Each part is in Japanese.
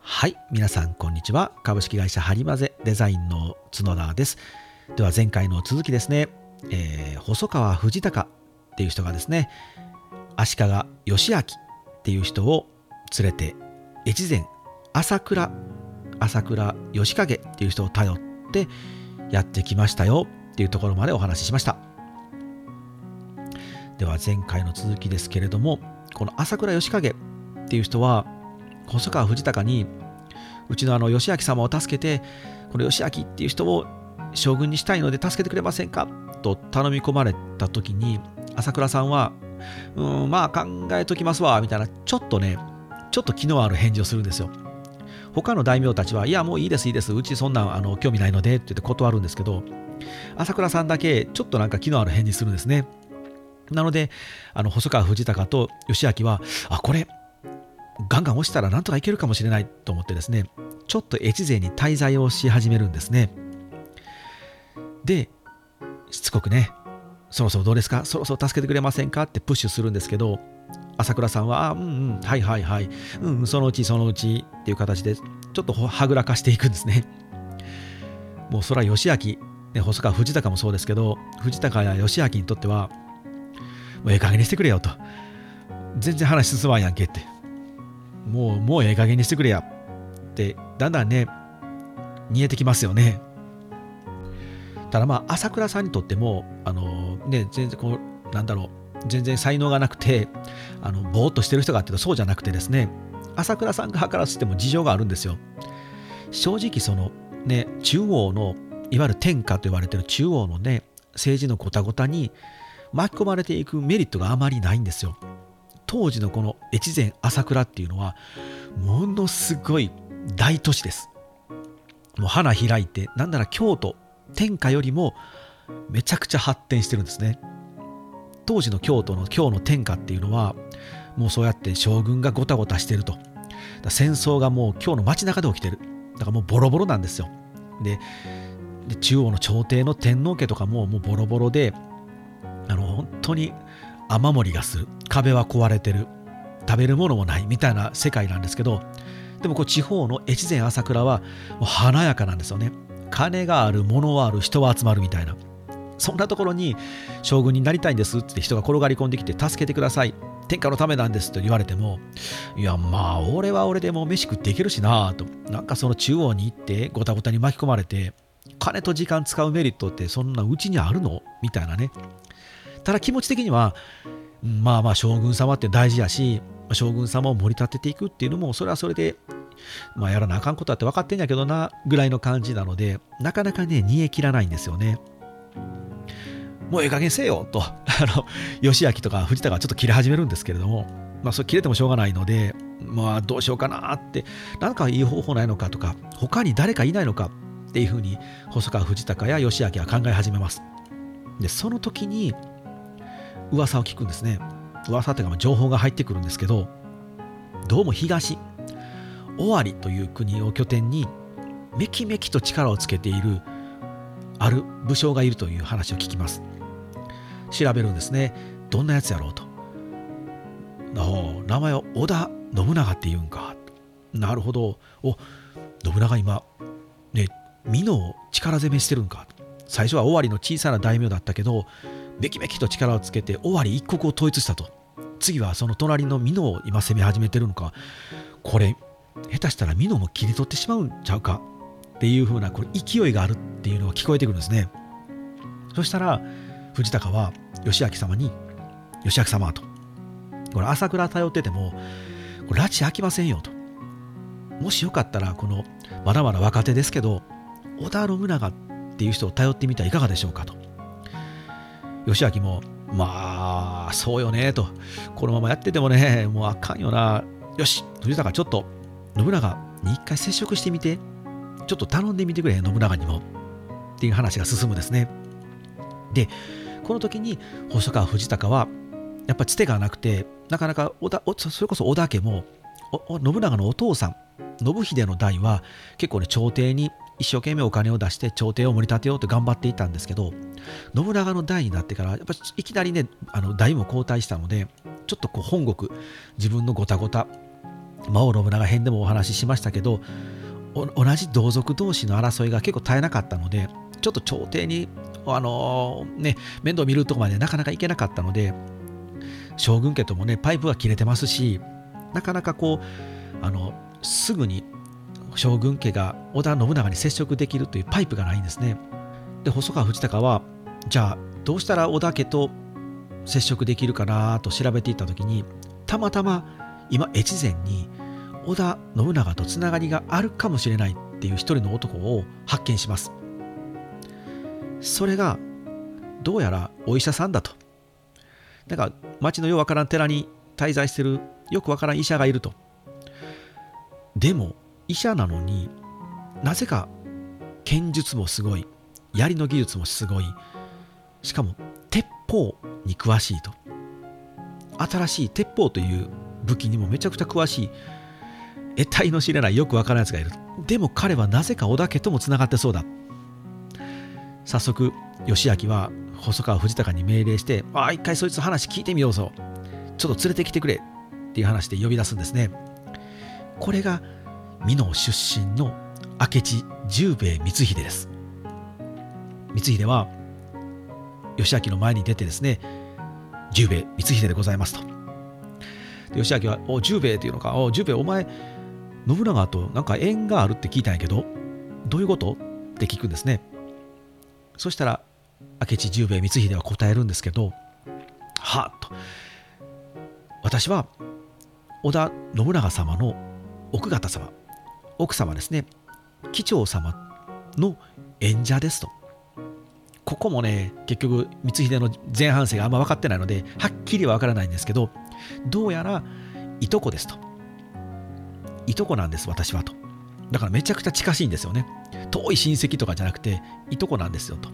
はい、皆さんこんにちは。株式会社ハリマゼデザインの角田です。では前回の続きですね、細川藤孝っていう人がですね、足利義明っていう人を連れて越前朝倉義景っていう人を頼ってやってきましたよっていうところまでお話ししました。では前回の続きですけれども、この朝倉義景っていう人は細川藤孝にうちの義明様を助けて、この義明っていう人を将軍にしたいので助けてくれませんかと頼み込まれた時に、朝倉さんはまあ考えときますわみたいな、ちょっと気のある返事をするんですよ。他の大名たちは、いやもういいですうちそんな興味ないのでって言って断るんですけど、朝倉さんだけちょっとなんか気のある返事するんですね。なので細川藤孝と義明は、これガンガン押したらなんとかいけるかもしれないと思ってですね、ちょっと越前に滞在をし始めるんですね。でしつこくね、そろそろどうですか、そろそろ助けてくれませんかってプッシュするんですけど、朝倉さんははいはいはい、そのうちっていう形でちょっとはぐらかしていくんですね。もうそれは義明、細川藤孝もそうですけど、藤孝や義明にとってはもうええ加減にしてくれよと、全然話進まんやんけって、もうええ加減にしてくれやってだんだんね煮えてきますよね。ただ朝倉さんにとっても全然全然才能がなくてぼーっとしてる人があってそうじゃなくてですね、朝倉さん側からしても事情があるんですよ。正直中央のいわゆる天下と言われている中央の政治のごたごたに巻き込まれていくメリットがあまりないんですよ。当時のこの越前朝倉っていうのはものすごい大都市です。もう花開いて、なんなら京都天下よりもめちゃくちゃ発展してるんですね。当時の京の天下っていうのはもうそうやって将軍がごたごたしてると、戦争がもう京の街中で起きてる、だからもうボロボロなんですよ。で中央の朝廷の天皇家とかももうボロボロで、本当に雨漏りがする、壁は壊れてる、食べるものもないみたいな世界なんですけど、でも地方の越前朝倉はもう華やかなんですよね。金がある、物はある、人は集まるみたいな、そんなところに将軍になりたいんですって人が転がり込んできて、助けてください、天下のためなんですと言われても、いや俺は俺でもう飯食っていけるしなと、なんかその中央に行ってごたごたに巻き込まれて金と時間使うメリットってそんなうちにあるのみたいなね。ただ気持ち的には将軍様って大事やし、将軍様を盛り立てていくっていうのもそれはそれでやらなあかんことだって分かってんやけどなぐらいの感じなので、なかなか煮え切らないんですよね。もうええ加減せよと義明とか藤田がちょっと切れ始めるんですけれども、それ切れてもしょうがないので、どうしようかなって、なんかいい方法ないのかとか、他に誰かいないのかっていうふうに細川藤孝や義明は考え始めます。でその時に噂を聞くんですね。噂っていうか情報が入ってくるんですけど、どうも東尾張という国を拠点にめきめきと力をつけているある武将がいるという話を聞きます。調べるんですね。どんなやつやろうと。名前は織田信長っていうんか。なるほど。信長今美濃を力攻めしてるんか。最初は尾張の小さな大名だったけど、めきめきと力をつけて尾張一国を統一したと。次はその隣の美濃を今攻め始めてるのか。これ下手したら美濃も切り取ってしまうんちゃうかっていう風な、これ勢いがあるっていうのが聞こえてくるんですね。そしたら藤孝は義明様に、義明様と、これ朝倉頼っててもこれ拉致飽きませんよと。もしよかったらこのまだまだ若手ですけど織田信長っていう人を頼ってみてはいかがでしょうかと。義明もそうよねと、このままやっててもねもうあかんよな、よし藤孝ちょっと信長に一回接触してみて、ちょっと頼んでみてくれ信長にもっていう話が進むですね。でこの時に細川藤孝はやっぱりつてがなくて、なかなかそれこそ織田家も信長のお父さん信秀の代は結構朝廷に一生懸命お金を出して朝廷を盛り立てようと頑張っていたんですけど、信長の代になってからやっぱいきなり代も交代したので、ちょっと本国自分のごたごた毛信長編でもお話ししましたけど、同じ同族同士の争いが結構絶えなかったので、ちょっと朝廷に面倒見るとこまでなかなか行けなかったので、将軍家ともねパイプが切れてますし、なかなかすぐに将軍家が織田信長に接触できるというパイプがないんですね。で細川藤孝はじゃあどうしたら織田家と接触できるかなと調べていった時に、たまたま今越前に織田信長とつながりがあるかもしれないっていう一人の男を発見します。それがどうやらお医者さんだと。なんか町のようわからん寺に滞在してるよくわからん医者がいると。でも医者なのになぜか剣術もすごい、槍の技術もすごい、しかも鉄砲に詳しいと。新しい鉄砲という武器にもめちゃくちゃ詳しい、得体の知れないよくわからんやつがいる。でも彼はなぜか織田家ともつながってそうだ。早速義明は細川藤孝に命令して、一回そいつの話聞いてみようぞ、ちょっと連れてきてくれっていう話で呼び出すんですね。これが美濃出身の明智十兵衛光秀です。光秀は義明の前に出てですね、十兵衛光秀でございますと。で義明は十兵衛っていうのか、十兵衛お前信長となんか縁があるって聞いたんやけどどういうことって聞くんですね。そしたら明智十兵衛光秀は答えるんですけど、はっと、私は織田信長様の奥方様、奥様ですね、貴長様の縁者ですと。ここもね結局光秀の前半生があんま分かってないのではっきりは分からないんですけど、どうやらいとこですと。いとこなんです私はと。だからめちゃくちゃ近しいんですよね。遠い親戚とかじゃなくていとこなんですよと。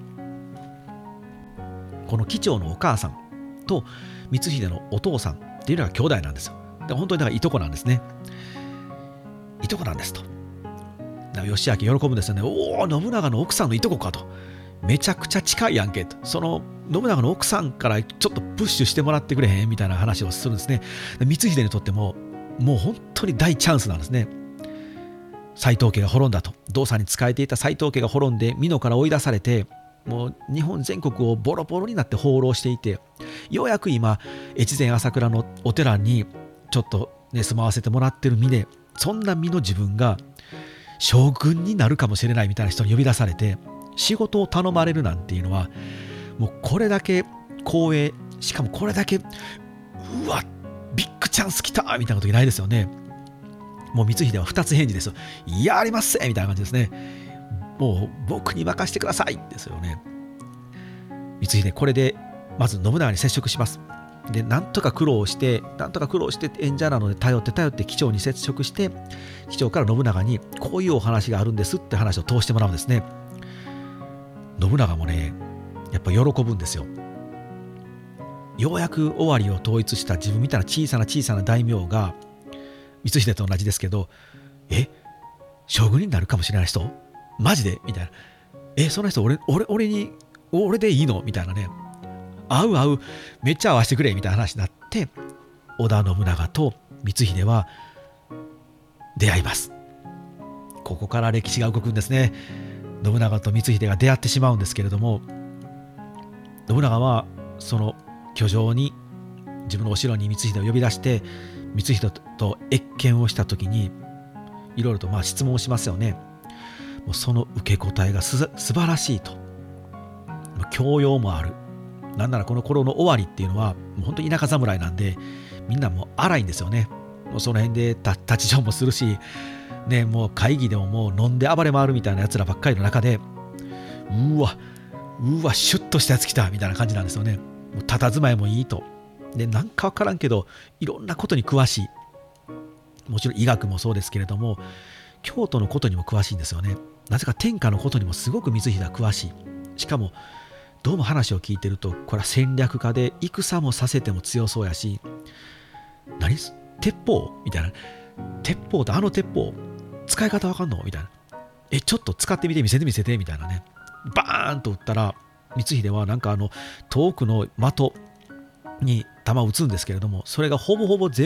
この貴長のお母さんと光秀のお父さんっていうのが兄弟なんですよ。で本当にだからいとこなんですね。いとこなんですと。だから義明喜ぶんですよね。おお、信長の奥さんのいとこかと。めちゃくちゃ近いやんけと。その信長の奥さんからちょっとプッシュしてもらってくれへんみたいな話をするんですね。で光秀にとってももう本当に大チャンスなんですね。斎藤家が滅んだと。動作に仕えていた斎藤家が滅んで美濃から追い出されて、もう日本全国をボロボロになって放浪していて、ようやく今越前朝倉のお寺にちょっとね住まわせてもらってる身で、そんな身の自分が将軍になるかもしれないみたいな人に呼び出されて仕事を頼まれるなんていうのは、もうこれだけ光栄、しかもこれだけうわビッグチャンス来たみたいなことないですよね。もう光秀は二つ返事ですよ。やりますみたいな感じですね。もう僕に任せてくださいですよね。光秀これでまず信長に接触します。でなんとか苦労して演者なので頼って貴長に接触して、貴長から信長にこういうお話があるんですって話を通してもらうんですね。信長もねやっぱ喜ぶんですよ。ようやく尾張を統一した自分みたいな小さな大名が、光秀と同じですけど、将軍になるかもしれない人マジでみたいな、その人俺でいいのみたいなね、会うめっちゃ会わせてくれみたいな話になって、織田信長と光秀は出会います。ここから歴史が動くんですね。信長と光秀が出会ってしまうんですけれども、信長はその居城に自分のお城に光秀を呼び出して、光秀と謁見をした時にいろいろと質問をしますよね。もうその受け答えが素晴らしいと。教養もある。なんならこの頃の尾張っていうのはもう本当に田舎侍なんで、みんなもう荒いんですよね。もうその辺で立ち上もするし、ね、もう会議でももう飲んで暴れ回るみたいなやつらばっかりの中で、うわシュッとしたやつ来たみたいな感じなんですよね。もう佇まいもいいと。でなんか分からんけどいろんなことに詳しい。もちろん医学もそうですけれども京都のことにも詳しいんですよね。なぜか天下のことにもすごく光秀は詳しい。しかもどうも話を聞いてると、これは戦略家で戦もさせても強そうやし、何鉄砲みたいな、鉄砲と鉄砲使い方わかんのみたいな、ちょっと使ってみて見せてみたいなね、バーンと撃ったら光秀はなんか遠くの的に弾を撃つんですけれども、それがほぼほぼ全部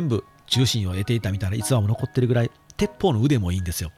忠心を得ていたみたいな逸話も残ってるぐらい鉄砲の腕もいいんですよ。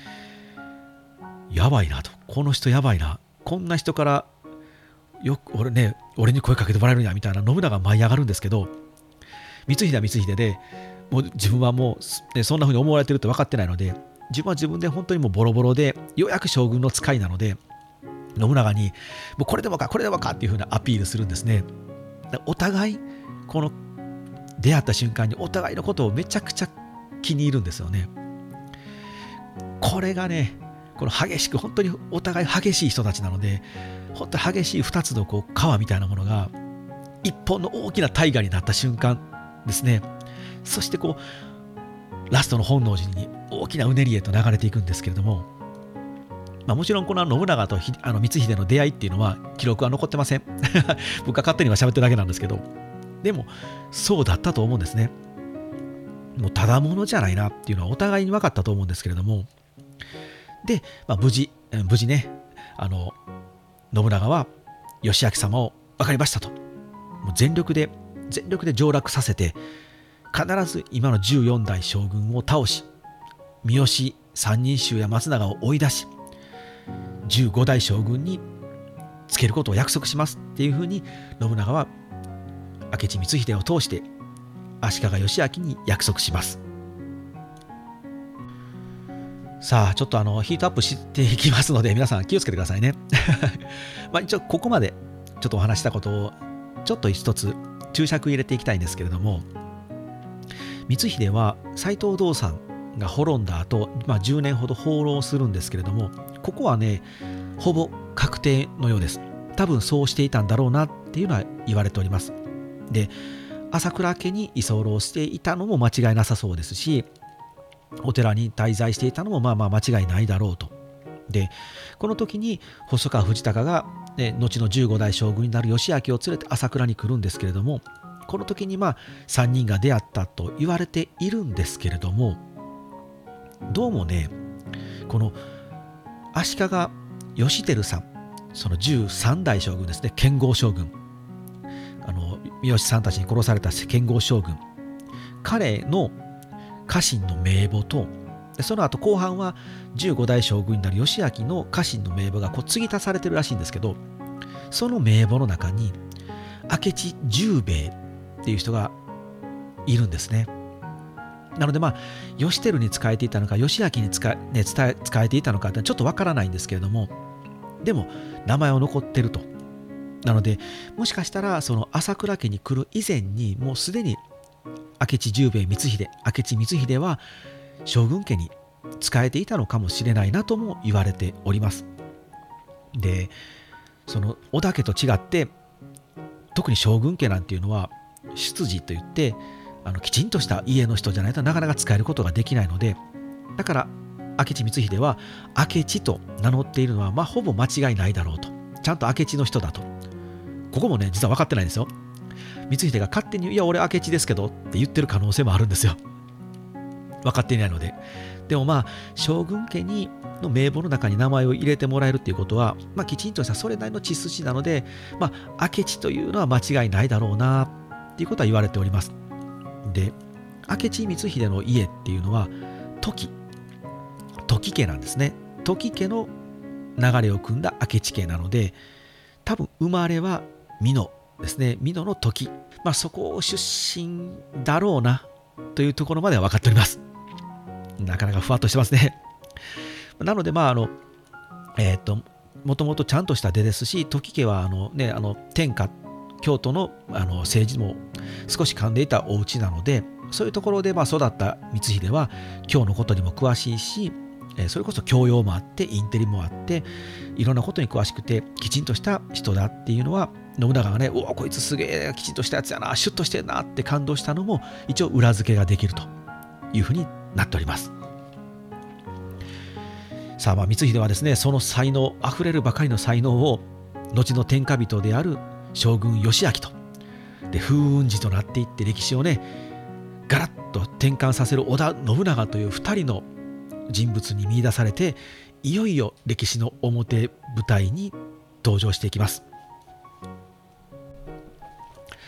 やばいなと、この人やばいな、こんな人からよく俺に声かけてもらえるんやみたいな信長が舞い上がるんですけど、光秀は光秀でもう自分はもう、そんな風に思われてるって分かってないので、自分は自分で本当にもうボロボロでようやく将軍の使いなので、信長にもうこれでもかこれでもかっていう風なアピールするんですね。お互いこの出会った瞬間にお互いのことをめちゃくちゃ気に入るんですよね。これがね、この激しく本当にお互い激しい人たちなので、本当に激しい2つのこう川みたいなものが一本の大きな大河になった瞬間ですね。そしてこうラストの本能寺に大きなうねりへと流れていくんですけれども、もちろんこの信長と光秀の出会いっていうのは記録は残ってません僕が勝手には喋ってるだけなんですけど、でもそうだったと思うんですね。もうただものじゃないなっていうのはお互いに分かったと思うんですけれども、で、無事ね、信長は義明様を分かりましたと、もう全力で上洛させて、必ず今の14代将軍を倒し、三好三人衆や松永を追い出し、15代将軍につけることを約束しますっていうふうに信長は明智光秀を通して足利義昭に約束します。さあちょっとヒートアップしていきますので皆さん気をつけてくださいね一応ここまでちょっとお話したことをちょっと一つ注釈入れていきたいんですけれども、光秀は斎藤道三が滅んだ後、10年ほど放浪するんですけれども、ここはねほぼ確定のようです。多分そうしていたんだろうなっていうのは言われております。で、朝倉家に居候していたのも間違いなさそうですし、お寺に滞在していたのも間違いないだろうと。で、この時に細川藤孝が、後の15代将軍になる義昭を連れて朝倉に来るんですけれども、この時に3人が出会ったと言われているんですけれども、どうもね、この足利義輝さん、その13代将軍ですね、剣豪将軍、三好さんたちに殺された剣豪将軍、彼の家臣の名簿と、その後後半は15代将軍になる義昭の家臣の名簿が継ぎ足されてるらしいんですけど、その名簿の中に明智十兵衛っていう人がいるんですね。なので義輝に仕えていたのか義昭に仕えていたのかってちょっとわからないんですけれども、でも名前は残ってると。なのでもしかしたらその朝倉家に来る以前にもうすでに明智十兵衛明智光秀は将軍家に仕えていたのかもしれないなとも言われております。で、その織田家と違って特に将軍家なんていうのは出自といってきちんとした家の人じゃないとなかなか使えることができないので、だから明智光秀は明智と名乗っているのはほぼ間違いないだろうと、ちゃんと明智の人だと。ここもね実は分かってないんですよ。光秀が勝手にいや俺明智ですけどって言ってる可能性もあるんですよ。分かっていないので。でも将軍家の名簿の中に名前を入れてもらえるっていうことはきちんとしたそれなりの血筋なので、明智というのは間違いないだろうなっていうことは言われております。で、明智光秀の家っていうのは時家なんですね。時家の流れを組んだ明智家なので、多分生まれは美濃ですね。美濃の時、そこ出身だろうなというところまでは分かっております。なかなかふわっとしてますね。なのでもともとちゃんとした出ですし、時家は天下京都の政治も少し噛んでいたお家なので、そういうところで育った光秀は京のことにも詳しいし、それこそ教養もあってインテリもあっていろんなことに詳しくてきちんとした人だっていうのは、信長がね、おおこいつすげえきちんとしたやつやな、シュッとしてるなって感動したのも一応裏付けができるというふうになっております。さあ光秀はですね、その才能あふれるばかりの才能を後の天下人である将軍義昭とで風雲児となっていって、歴史をねガラッと転換させる織田信長という2人の人物に見出されて、いよいよ歴史の表舞台に登場していきます。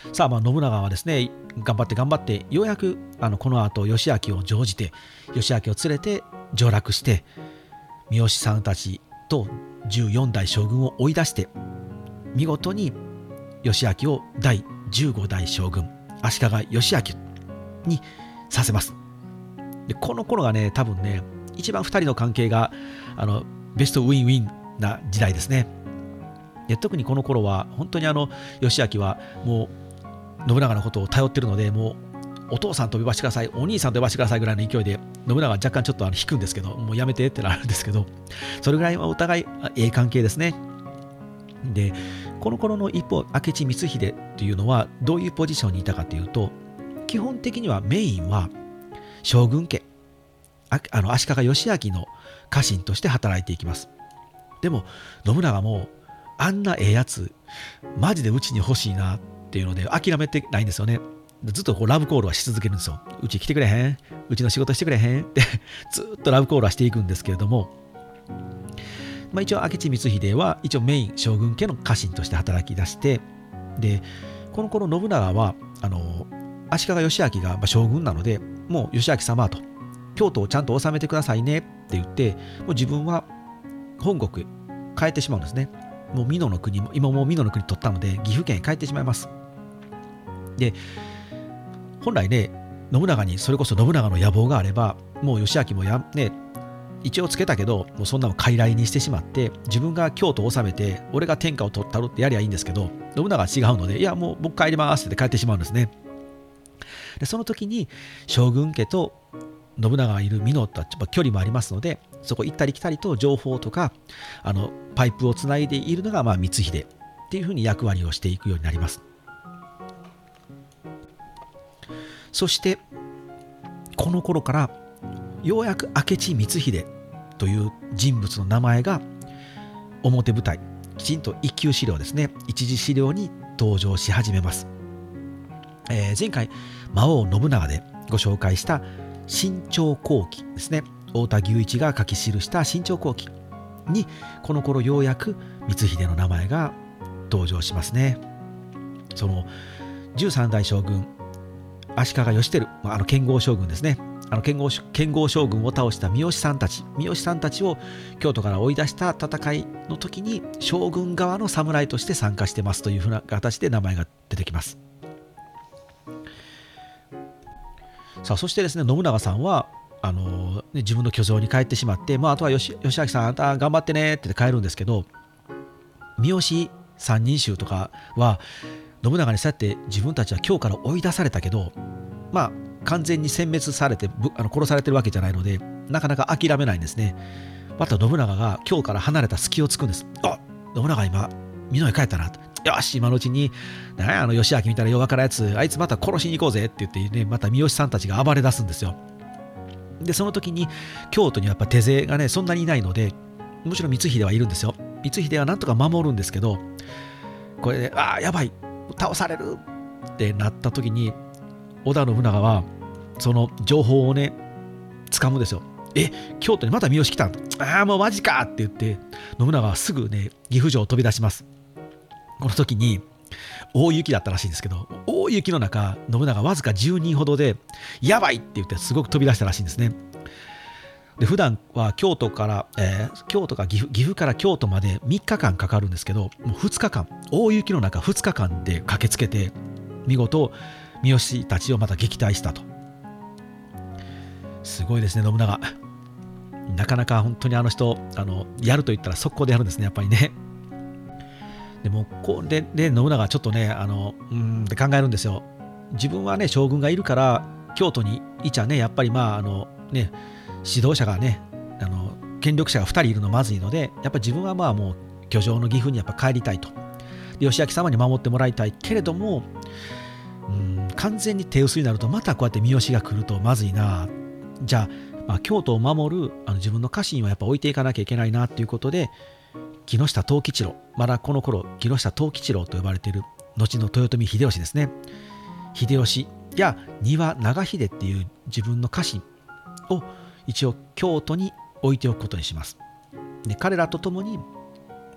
さあ、信長はですね、頑張ってようやくこの後義昭を乗じて義昭を連れて上洛して、三好さんたちと14代将軍を追い出して、見事に義昭を第15代将軍足利義昭にさせます。でこの頃がね、多分ね、一番2人の関係がベストウィンウィンな時代ですね。で特にこの頃は本当に義昭はもう信長のことを頼ってるので、もうお父さんと呼ばせてください、お兄さんと呼ばせてくださいぐらいの勢いで、信長は若干ちょっと引くんですけど、もうやめてってなるんですけど、それぐらいはお互い関係ですね。でこの頃の一方、明智光秀というのはどういうポジションにいたかというと、基本的にはメインは将軍家、足利義昭の家臣として働いていきます。でも信長もあんなええやつマジでうちに欲しいなっていうので諦めてないんですよね。ずっとラブコールはし続けるんですよ。うち来てくれへん、うちの仕事してくれへんってずっとラブコールはしていくんですけれども、一応明智光秀は一応メイン将軍家の家臣として働き出して、でこの頃信長は足利義昭が将軍なので、もう義昭様と京都をちゃんと治めてくださいねって言って、もう自分は本国へ帰ってしまうんですね。もう美濃の国、今もう美濃の国取ったので岐阜県へ帰ってしまいます。で本来ね、信長にそれこそ信長の野望があれば、もう義昭も一応つけたけど、もうそんなの傀儡にしてしまって、自分が京都を治めて俺が天下を取ったろってやりゃいいんですけど、信長は違うので、いやもう僕帰りますって帰ってしまうんですね。でその時に将軍家と信長がいる美濃とは距離もありますので、そこ行ったり来たりと情報とかパイプをつないでいるのが光秀っていうふうに役割をしていくようになります。そしてこの頃からようやく明智光秀という人物の名前が表舞台、きちんと一級資料ですね、一次資料に登場し始めます。前回魔王信長でご紹介した新朝後期ですね、太田牛一が書き記した新朝後期にこの頃ようやく光秀の名前が登場しますね。その13代将軍足利義輝、剣豪将軍ですね、剣豪将軍を倒した三好さんたちを京都から追い出した戦いの時に将軍側の侍として参加してますというふうな形で名前が出てきます。さあそしてですね、信長さんは自分の居城に帰ってしまって、あとは義明さんあんた頑張ってねって帰るんですけど、三好三人衆とかは信長にそうやって自分たちは京から追い出されたけど、完全に殲滅されて殺されてるわけじゃないので、なかなか諦めないんですね。また信長が京から離れた隙をつくんです。信長今美濃へ帰ったなと、よし今のうちに義明みたいな弱からやつ、あいつまた殺しに行こうぜって言ってね、また三好さんたちが暴れ出すんですよ。でその時に京都にやっぱ手勢がねそんなにいないので、もちろん光秀はいるんですよ。光秀はなんとか守るんですけど、これでやばい倒されるってなった時に織田信長はその情報をね掴むんですよ。京都にまた三好来たん、もうマジかって言って信長はすぐね岐阜城を飛び出します。この時に大雪だったらしいんですけど、大雪の中信長わずか10人ほどでやばいって言ってすごく飛び出したらしいんですね。で普段は京都から、京都か岐阜から京都まで3日間かかるんですけど、もう2日間大雪の中2日間で駆けつけて見事三好たちをまた撃退したと。すごいですね信長、なかなか本当に人やると言ったら速攻でやるんですね、やっぱりね。でもこれで信長はちょっとねって考えるんですよ。自分はね将軍がいるから京都にいちゃね、やっぱり指導者がね権力者が2人いるのまずいので、やっぱり自分はもう居城の岐阜にやっぱ帰りたいと。で義明様に守ってもらいたいけれども、完全に手薄になるとまたこうやって三好が来るとまずいな。じゃあ、京都を守る自分の家臣はやっぱ置いていかなきゃいけないなということで、木下藤吉郎、まだこの頃木下藤吉郎と呼ばれている後の豊臣秀吉ですね。秀吉や丹羽長秀っていう自分の家臣を一応京都に置いておくことにします。で彼らと共に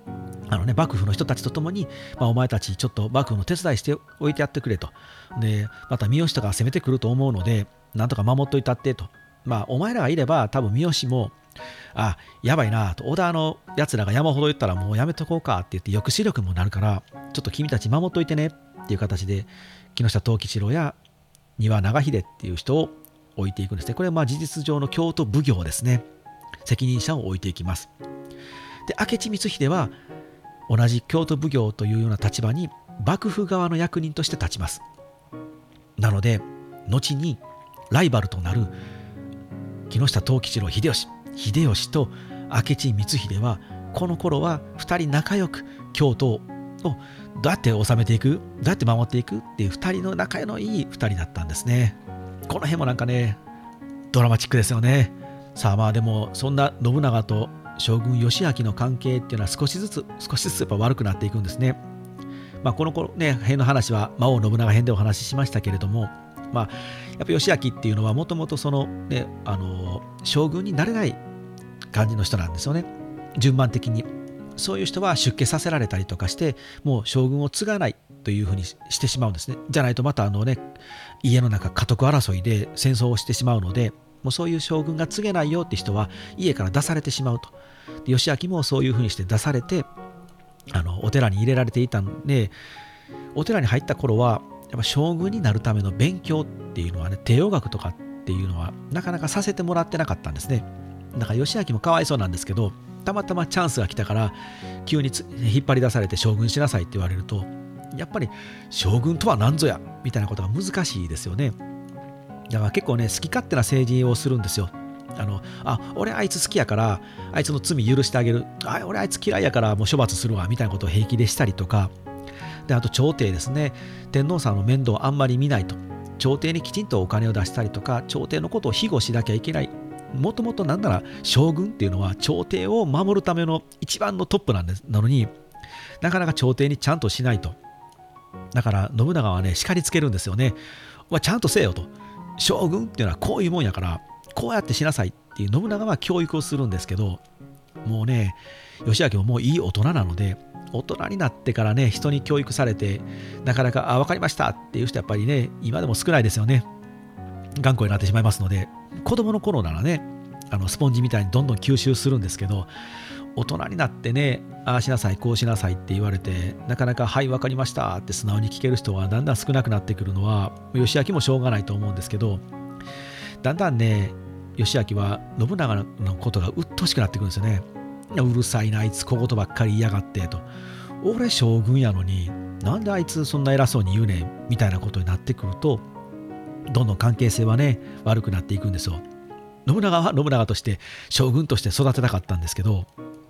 幕府の人たちと共に、お前たちちょっと幕府の手伝いしておいてやってくれと。で、また三好とか攻めてくると思うので、なんとか守っといたってと。お前らがいれば多分三好も、やばいなと、織田のやつらが山ほど言ったらもうやめとこうかって言って抑止力もなるから、ちょっと君たち守っといてねっていう形で、木下藤吉郎や丹羽長秀っていう人を置いていくんですね。これは事実上の京都奉行ですね。責任者を置いていきます。で、明智光秀は同じ京都奉行というような立場に幕府側の役人として立ちます。なので後にライバルとなる木下藤吉郎秀吉と明智光秀はこの頃は2人仲良く京都をどうやって治めていく、どうやって守っていくっていう2人の仲のいい2人だったんですね。この辺もなんかねドラマチックですよね。さあでもそんな信長と将軍義明の関係っていうのは少しずつやっぱ悪くなっていくんですね。この頃ね辺の話は魔王信長編でお話ししましたけれども、やっぱ義明っていうのはもともとそのね将軍になれない感じの人なんですよね。順番的にそういう人は出家させられたりとかしてもう将軍を継がないというふうにしてしまうんですね。じゃないとまた家の中家督争いで戦争をしてしまうので、もうそういう将軍が継げないよって人は家から出されてしまうと。で義明もそういうふうにして出されてお寺に入れられていたので、お寺に入った頃はやっぱ将軍になるための勉強っていうのはね、帝王学とかっていうのはなかなかさせてもらってなかったんですね。だから義明もかわいそうなんですけど、たまたまチャンスが来たから急に引っ張り出されて将軍しなさいって言われると、やっぱり将軍とは何ぞやみたいなことが難しいですよね。だから結構ね好き勝手な政治をするんですよ。俺あいつ好きやからあいつの罪許してあげる、俺あいつ嫌いやからもう処罰するわみたいなことを平気でしたりとかで、あと朝廷ですね、天皇さんの面倒をあんまり見ないと、朝廷にきちんとお金を出したりとか朝廷のことを庇護しなきゃいけない。もともとなんなら将軍っていうのは朝廷を守るための一番のトップなのになかなか朝廷にちゃんとしないと。だから信長はね叱りつけるんですよね。ちゃんとせえよと、将軍っていうのはこういうもんやからこうやってしなさいっていう信長は教育をするんですけど、もうね義明ももういい大人なので、大人になってからね人に教育されてなかなか分かりましたっていう人やっぱりね今でも少ないですよね。頑固になってしまいますので、子供の頃ならねスポンジみたいにどんどん吸収するんですけど、大人になってねああしなさいこうしなさいって言われてなかなかはい分かりましたって素直に聞ける人はだんだん少なくなってくるのは義明もしょうがないと思うんですけど、だんだんね義明は信長のことが鬱陶しくなってくるんですよね。うるさいなあいつ小言ばっかり言いやがってと、俺将軍やのになんであいつそんな偉そうに言うねんみたいなことになってくると、どんどん関係性はね悪くなっていくんですよ。信長は信長として将軍として育てたかったんですけど、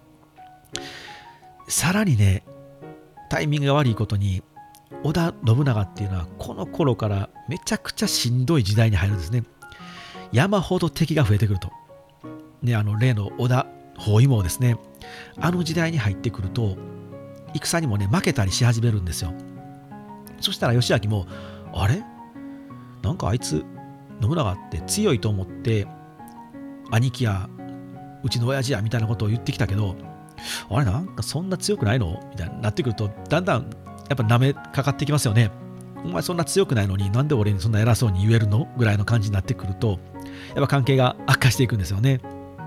さらにねタイミングが悪いことに織田信長っていうのはこの頃からめちゃくちゃしんどい時代に入るんですね。山ほど敵が増えてくると、ね、例の織田包囲網ですね、時代に入ってくると戦にもね負けたりし始めるんですよ。そしたら義明もあれなんかあいつ信長って強いと思って兄貴やうちの親父やみたいなことを言ってきたけど、あれなんかそんな強くないのみたいになってくると、だんだんやっぱ舐めかかってきますよね。お前そんな強くないのになんで俺にそんな偉そうに言えるのぐらいの感じになってくると、やっぱ関係が悪化していくんですよね。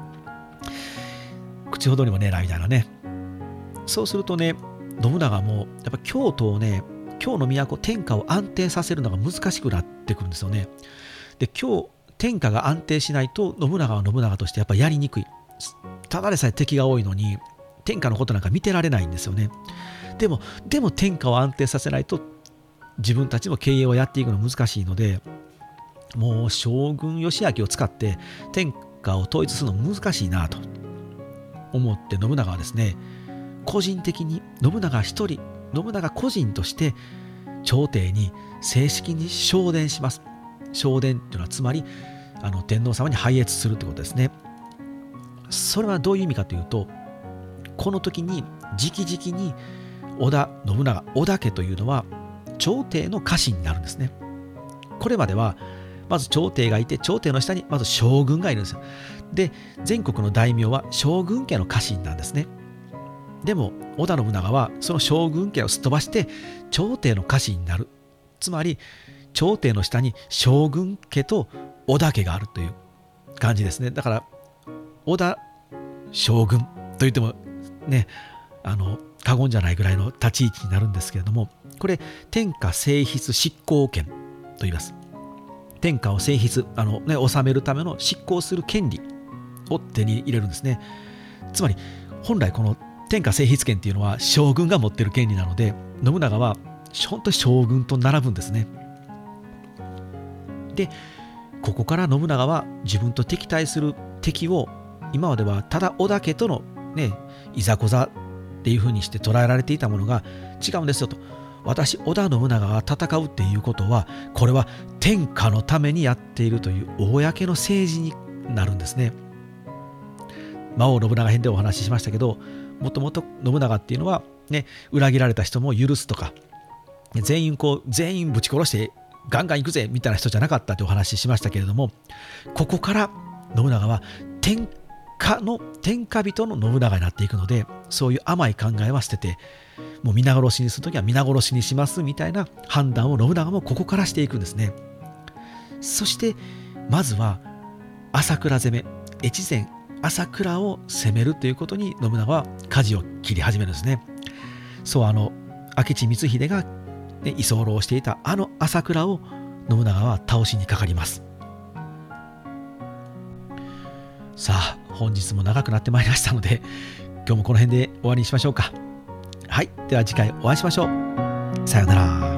口ほどにもねえなみたいなね。そうするとね信長もやっぱ京都をね、京の都天下を安定させるのが難しくなってくるんですよね。で天下が安定しないと信長は信長としてやっぱやりにくい。ただでさえ敵が多いのに天下のことなんか見てられないんですよね。でも天下を安定させないと自分たちも経営をやっていくの難しいので、もう将軍義明を使って天下を統一するの難しいなと思って、信長はですね個人的に信長個人として朝廷に正式に昇殿します。昇殿というのはつまり天皇様に拝謁するということですね。それはどういう意味かというと、この時に直々に織田信長、織田家というのは朝廷の家臣になるんですね。これまではまず朝廷がいて、朝廷の下にまず将軍がいるんですよ。で全国の大名は将軍家の家臣なんですね。 でも織田信長はその将軍家をすっ飛ばして朝廷の家臣になる。つまり朝廷の下に将軍家と織田家があるという感じですね。だから織田将軍と言ってもね、過言じゃないぐらいの立ち位置になるんですけれども、これ天下正筆執行権と言います。天下を正筆治めるための執行する権利を手に入れるんですね。つまり本来この天下正筆権っていうのは将軍が持っている権利なので、信長は本当に将軍と並ぶんですね。でここから信長は自分と敵対する敵を今まではただ織田家とのねいざこざっていうふうにして捉えられていたものが違うんですよと。私織田信長が戦うっていうことはこれは天下のためにやっているという公の政治になるんですね。魔王信長編でお話ししましたけど、もともと信長っていうのはね、裏切られた人も許すとか全員ぶち殺してガンガン行くぜみたいな人じゃなかったってお話ししましたけれども、ここから信長は天下人の信長になっていくので、そういう甘い考えは捨てて、もう皆殺しにするときは皆殺しにしますみたいな判断を信長もここからしていくんですね。そしてまずは朝倉攻め、越前朝倉を攻めるということに信長は舵を切り始めるんですね。そう明智光秀が、ね、居候していた朝倉を信長は倒しにかかります。さあ本日も長くなってまいりましたので、今日もこの辺で終わりにしましょうか。はい、では次回お会いしましょう。さようなら。